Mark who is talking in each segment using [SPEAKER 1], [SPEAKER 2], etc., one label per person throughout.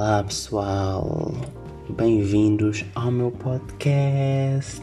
[SPEAKER 1] Olá pessoal, bem-vindos ao meu podcast.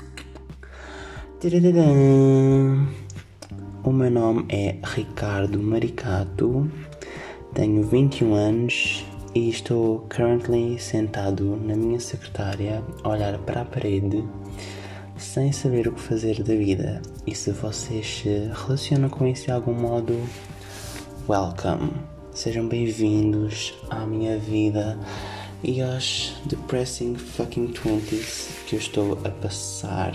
[SPEAKER 1] Tadadadã. O meu nome é Ricardo Maricato, tenho 21 anos e estou currently sentado na minha secretária a olhar para a parede sem saber o que fazer da vida. E se vocês se relacionam com isso de algum modo, welcome! Sejam bem-vindos à minha vida e aos depressing fucking 20s que eu estou a passar.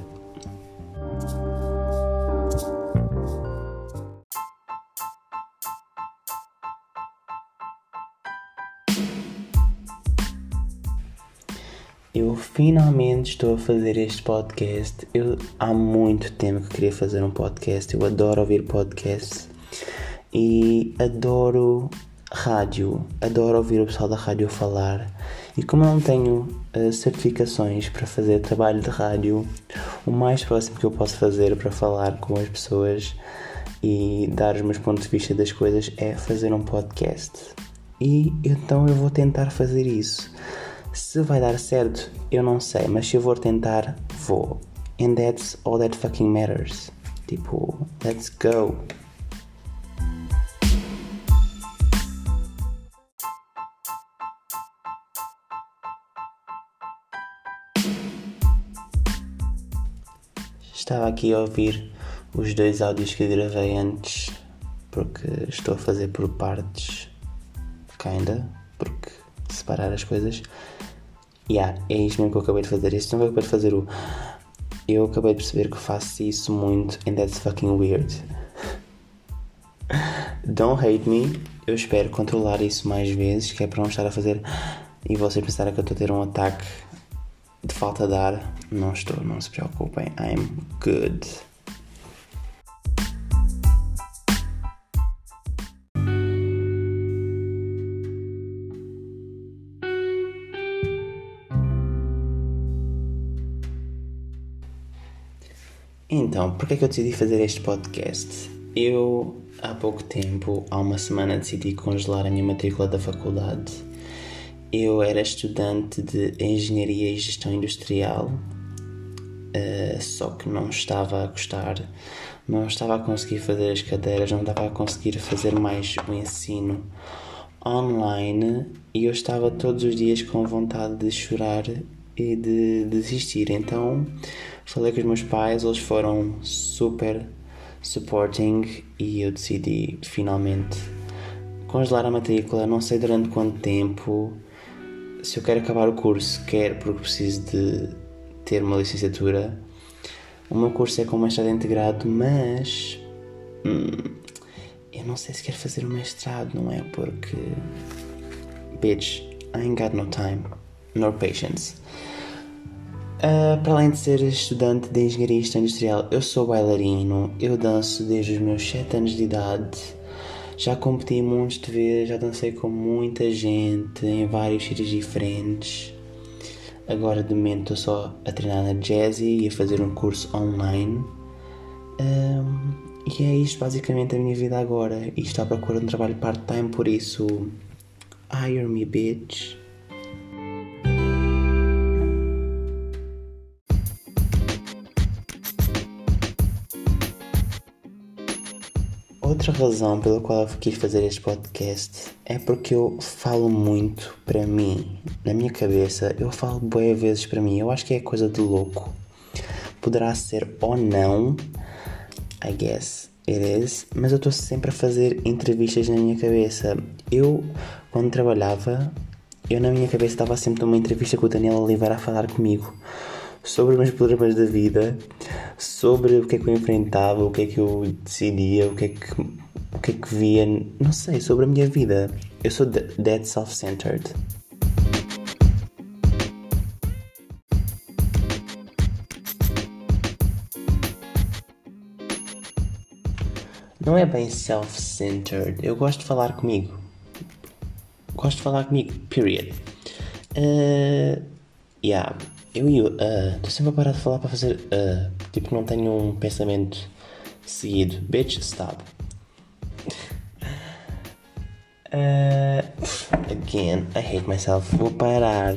[SPEAKER 1] Eu finalmente estou a fazer este podcast. Há muito tempo que queria fazer um podcast. Eu adoro ouvir podcasts e adoro rádio. Adoro ouvir o pessoal da rádio falar. E como eu não tenho certificações para fazer trabalho de rádio, o mais próximo que eu posso fazer para falar com as pessoas e dar os meus pontos de vista das coisas é fazer um podcast. E então eu vou tentar fazer isso. Se vai dar certo, eu não sei, mas se eu vou tentar, vou. And that's all that fucking matters. Tipo, let's go. Estava aqui a ouvir os 2 áudios que gravei antes, porque estou a fazer por partes, porque separar as coisas. É isto mesmo que eu acabei de fazer. Isto não é que eu acabei de fazer Eu acabei de perceber que faço isso muito and that's fucking weird. Don't hate me. Eu espero controlar isso mais vezes, que é para não estar a fazer e vocês pensarem que eu estou a ter um ataque de falta de ar. Não estou, não se preocupem. I'm good. Então, porque é que eu decidi fazer este podcast? Eu, há pouco tempo, há uma semana, decidi congelar a minha matrícula da faculdade. Eu era estudante de Engenharia e Gestão Industrial, só que não estava a gostar, não estava a conseguir fazer as cadeiras, não estava a conseguir fazer mais o ensino online e eu estava todos os dias com vontade de chorar e de desistir. Então falei com os meus pais, eles foram super supporting e eu decidi finalmente congelar a matrícula. Não sei durante quanto tempo, se eu quero acabar o curso, quero, porque preciso de ter uma licenciatura. O meu curso é com mestrado integrado, mas eu não sei se quero fazer um mestrado, não é? Porque bitch, I ain't got no time nor patience. Para além de ser estudante de Engenharia e Gestão Industrial, eu sou bailarino, eu danço desde os meus 7 anos de idade, já competi montes de vezes, já dancei com muita gente em vários sítios diferentes. Agora de momento estou só a treinar na Jazzy e a fazer um curso online. E é isto basicamente a minha vida agora, e estou à procura de um trabalho part-time, por isso hire me, bitch. Outra razão pela qual eu quis fazer este podcast é porque eu falo muito para mim, na minha cabeça. Eu falo bué vezes para mim. Eu acho que é coisa de louco. Poderá ser ou não, I guess it is, mas eu estou sempre a fazer entrevistas na minha cabeça. Eu, quando trabalhava, na minha cabeça estava sempre numa entrevista com o Daniel Oliveira a falar comigo sobre os meus problemas da vida, sobre o que é que eu enfrentava, o que é que eu decidia, o que é que via, não sei, sobre a minha vida. Eu sou dead self-centered. Não é bem self-centered, eu gosto de falar comigo. Period. Estou sempre a parar de falar para fazer tipo, não tenho um pensamento seguido. Bitch, stop. Again, I hate myself. Vou parar.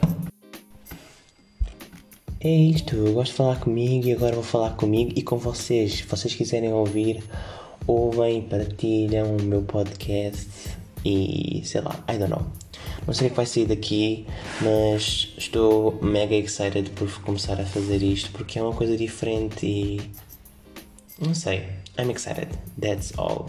[SPEAKER 1] É isto, eu gosto de falar comigo e agora vou falar comigo e com vocês. Se vocês quiserem ouvir, ouvem, partilham o meu podcast e sei lá, I don't know. Não sei o que vai sair daqui, mas estou mega excited por começar a fazer isto porque é uma coisa diferente e não sei, I'm excited, that's all.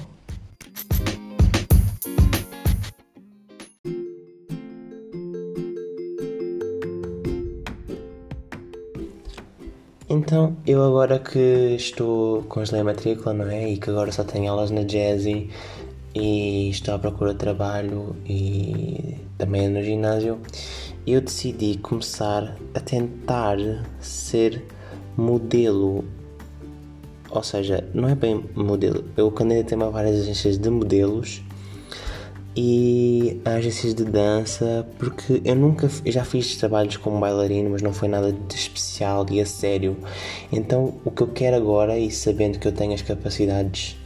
[SPEAKER 1] Então, eu agora que estou congelei a matrícula, não é? E que agora só tenho aulas na Jazzy e estou à procura de trabalho e também no ginásio, eu decidi começar a tentar ser modelo. Ou seja, não é bem modelo, eu candidatei-me a várias agências de modelos e agências de dança, porque eu já fiz trabalhos como bailarino, mas não foi nada de especial e a sério. Então o que eu quero agora, e sabendo que eu tenho as capacidades,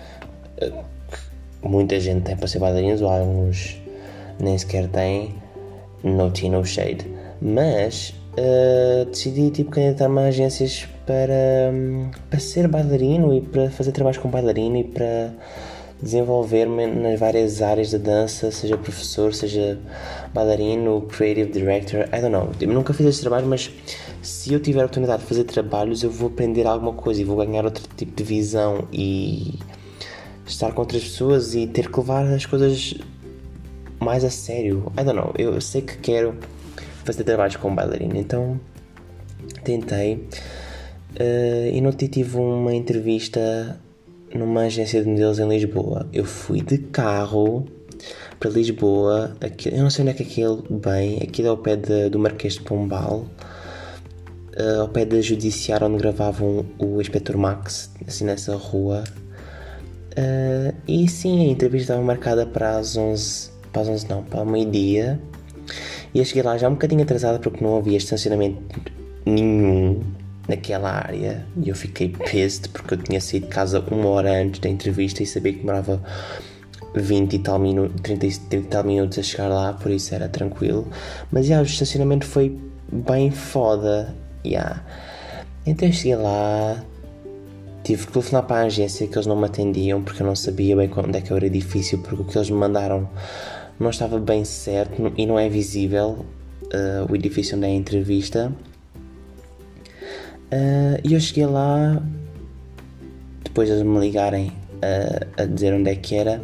[SPEAKER 1] muita gente tem para ser bailarinos, ou alguns nem sequer têm, no tea, no shade, mas decidi candidatar-me a agências para ser bailarino e para fazer trabalhos com bailarino e para desenvolver-me nas várias áreas da dança, seja professor, seja bailarino, creative director, I don't know. Eu nunca fiz esse trabalho, mas se eu tiver a oportunidade de fazer trabalhos, eu vou aprender alguma coisa e vou ganhar outro tipo de visão e estar com outras pessoas e ter que levar as coisas mais a sério. I don't know. Eu sei que quero fazer trabalhos com bailarino, então tentei. E no dia tive uma entrevista numa agência de modelos em Lisboa. Eu fui de carro para Lisboa. Eu não sei onde é que aquilo bem. Aquilo é ao pé do Marquês de Pombal, ao pé da Judiciária, onde gravavam o Inspector Max, assim nessa rua. E sim, a entrevista estava marcada para as 11. Para as 11 não, para o meio-dia. E eu cheguei lá já um bocadinho atrasada porque não havia estacionamento nenhum naquela área e eu fiquei pissed porque eu tinha saído de casa uma hora antes da entrevista e sabia que demorava 20 e tal minutos, 30 e tal minutos a chegar lá, por isso era tranquilo. Mas o estacionamento foi bem foda. Então eu cheguei lá, tive que telefonar para a agência, que eles não me atendiam porque eu não sabia bem onde é que era o edifício, porque o que eles me mandaram não estava bem certo e não é visível o edifício onde é a entrevista. E eu cheguei lá, depois de eles me ligarem a dizer onde é que era,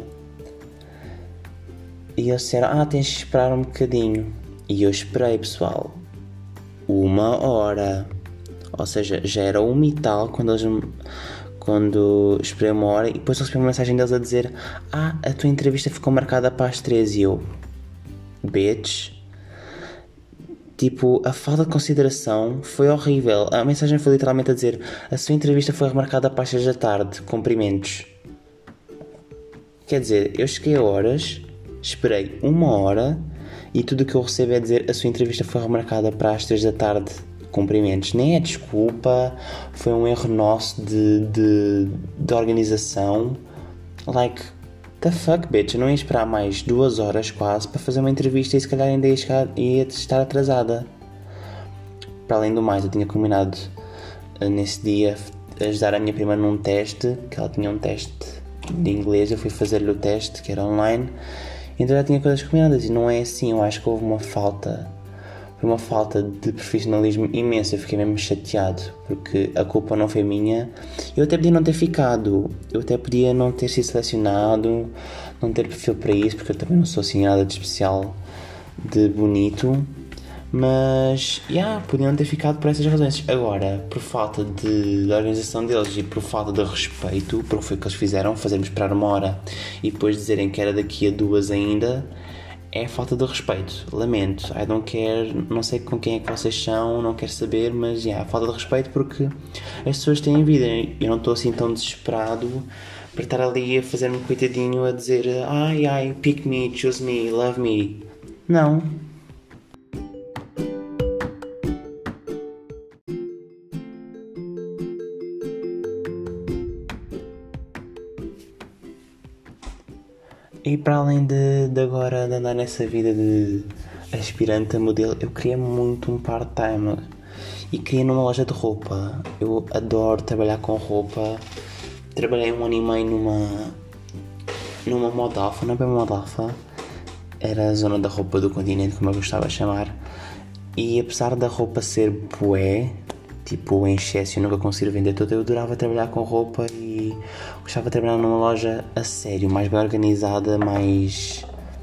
[SPEAKER 1] e eles disseram, tens de esperar um bocadinho. E eu esperei, pessoal, 1 hora, ou seja, já era 1 e tal quando esperei 1 hora, e depois recebi uma mensagem deles a dizer, a tua entrevista ficou marcada para as 3, e eu, bitch. Tipo, a falta de consideração foi horrível. A mensagem foi literalmente a dizer, a sua entrevista foi remarcada para as 6 da tarde, cumprimentos. Quer dizer, eu cheguei a horas, esperei 1 hora e tudo o que eu recebo é dizer, a sua entrevista foi remarcada para as 3 da tarde, cumprimentos. Nem é desculpa, foi um erro nosso de organização. Like, the fuck, bitch, eu não ia esperar mais 2 horas quase para fazer uma entrevista e se calhar ainda ia estar atrasada. Para além do mais, eu tinha combinado nesse dia ajudar a minha prima num teste, que ela tinha um teste de inglês, eu fui fazer-lhe o teste, que era online, então já tinha coisas combinadas e não é assim. Eu acho que houve uma falta de profissionalismo imensa. Eu fiquei mesmo chateado porque a culpa não foi minha. Eu até podia não ter ficado, eu até podia não ter sido selecionado, não ter perfil para isso, porque eu também não sou assim nada de especial, de bonito, mas podiam ter ficado por essas razões. Agora, por falta de organização deles e por falta de respeito, porque foi o que eles fizeram, fazer-me esperar 1 hora e depois dizerem que era daqui a 2 ainda, é falta de respeito. Lamento, I don't care, não sei com quem é que vocês são, não quero saber, mas falta de respeito porque as pessoas têm vida. Eu não estou assim tão desesperado para estar ali a fazer-me coitadinho a dizer pick me, choose me, love me. Não. E para além de agora de andar nessa vida de aspirante a modelo, eu queria muito um part-time e queria numa loja de roupa. Eu adoro trabalhar com roupa. Trabalhei 1 ano e meio numa Modalfa, não é bem Modalfa, era a zona da roupa do continente, como eu gostava de chamar. E apesar da roupa ser bué, tipo em excesso, eu nunca consigo vender tudo, eu adorava trabalhar com roupa e gostava de trabalhar numa loja a sério, mais bem organizada, mais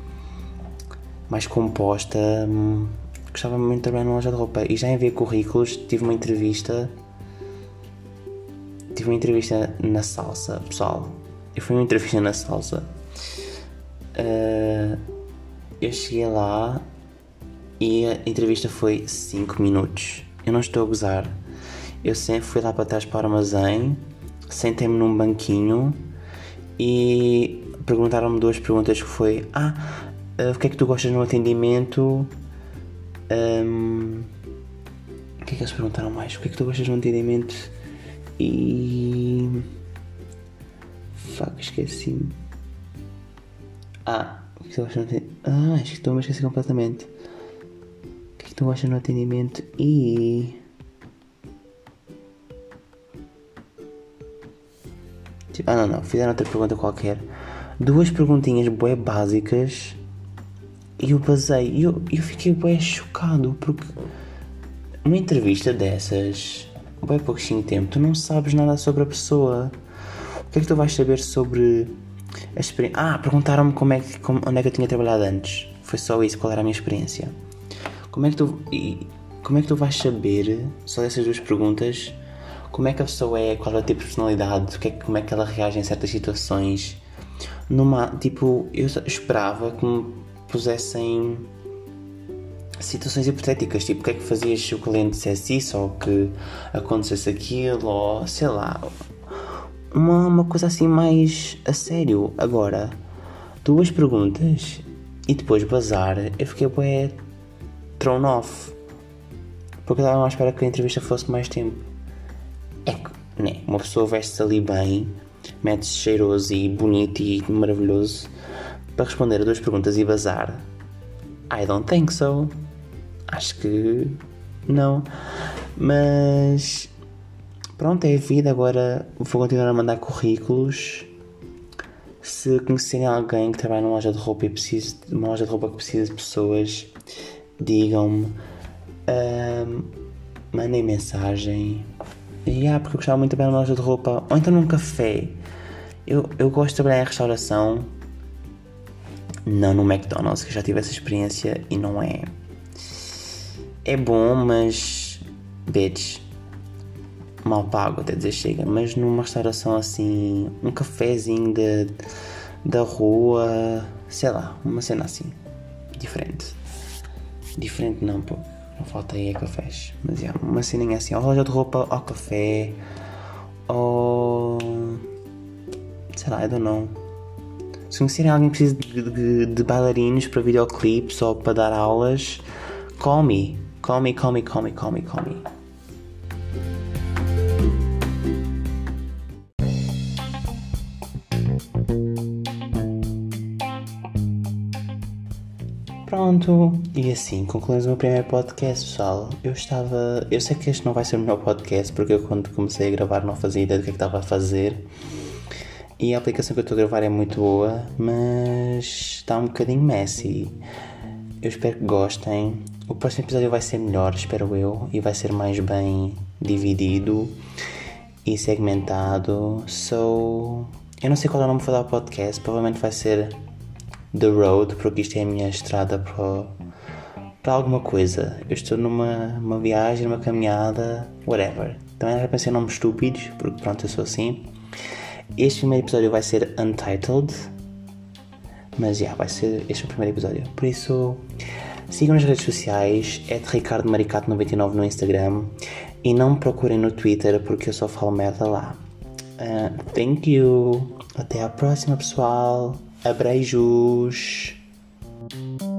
[SPEAKER 1] composta. Gostava muito de trabalhar numa loja de roupa. E já enviei currículos, tive uma entrevista na Salsa, pessoal. Eu fui uma entrevista na Salsa. Eu cheguei lá e a entrevista foi 5 minutos. Eu não estou a gozar. Eu sempre fui lá para trás para o armazém, sentei-me num banquinho e perguntaram-me 2 perguntas que foi: o que é que tu gostas no atendimento? O que é que eles perguntaram mais? O que é que tu gostas no atendimento? E... esqueci-me. O que é que tu gostas no atendimento? Acho que estou a me esquecer completamente. O que é que tu gostas no atendimento? E... não. Fizeram outra pergunta qualquer. 2 perguntinhas bué básicas. E eu basei. E eu fiquei bué chocado. Porque... uma entrevista dessas... bué pouquinho tempo. Tu não sabes nada sobre a pessoa. O que é que tu vais saber sobre... a experiência? Perguntaram-me onde é que eu tinha trabalhado antes. Foi só isso. Qual era a minha experiência? Como é que tu vais saber, só dessas 2 perguntas, como é que a pessoa é, qual é o tipo de personalidade, como é que ela reage em certas situações? Eu esperava que me pusessem situações hipotéticas, tipo, o que é que fazias se o cliente dissesse isso, ou que acontecesse aquilo, ou sei lá, uma coisa assim mais a sério. Agora, 2 perguntas e depois bazar, eu fiquei bué thrown off, porque eu estava à espera que a entrevista fosse mais tempo. Uma pessoa veste-se ali bem, mete-se cheiroso e bonito e maravilhoso para responder a 2 perguntas e bazar. I don't think so. Acho que não. Mas pronto, é a vida. Agora vou continuar a mandar currículos. Se conhecerem alguém que trabalha numa loja de roupa uma loja de roupa que precisa de pessoas, digam-me, mandem mensagem. Porque eu gostava muito de trabalhar numa loja de roupa, ou então num café. Eu gosto de trabalhar em restauração, não no McDonald's, que já tive essa experiência e não é bom, mas mal pago, até dizer chega. Mas numa restauração assim, um cafezinho da rua, sei lá, uma cena assim, diferente não, pô, não falta aí cafés, mas uma ceninha assim, ou loja de roupa, ou café, ou sei lá, I don't know. Se conhecerem alguém que precisa de bailarinos para videoclipes ou para dar aulas, call me. Pronto, e assim concluímos o meu primeiro podcast, pessoal. Eu sei que este não vai ser o melhor podcast, porque eu quando comecei a gravar não fazia ideia do que é que estava a fazer. E a aplicação que eu estou a gravar é muito boa, mas está um bocadinho messy. Eu espero que gostem. O próximo episódio vai ser melhor, espero eu, e vai ser mais bem dividido e segmentado. Eu não sei qual é o nome que vou dar ao podcast, provavelmente vai ser The Road, porque isto é a minha estrada para alguma coisa. Eu estou numa viagem, numa caminhada, whatever. Também era para ser nomes estúpidos, porque pronto, eu sou assim. Este primeiro episódio vai ser Untitled, mas vai ser este o primeiro episódio. Por isso, sigam nas redes sociais, @RicardoMaricato99 no Instagram, e não me procurem no Twitter, porque eu só falo merda lá. Thank you. Até à próxima, pessoal. Abreijos.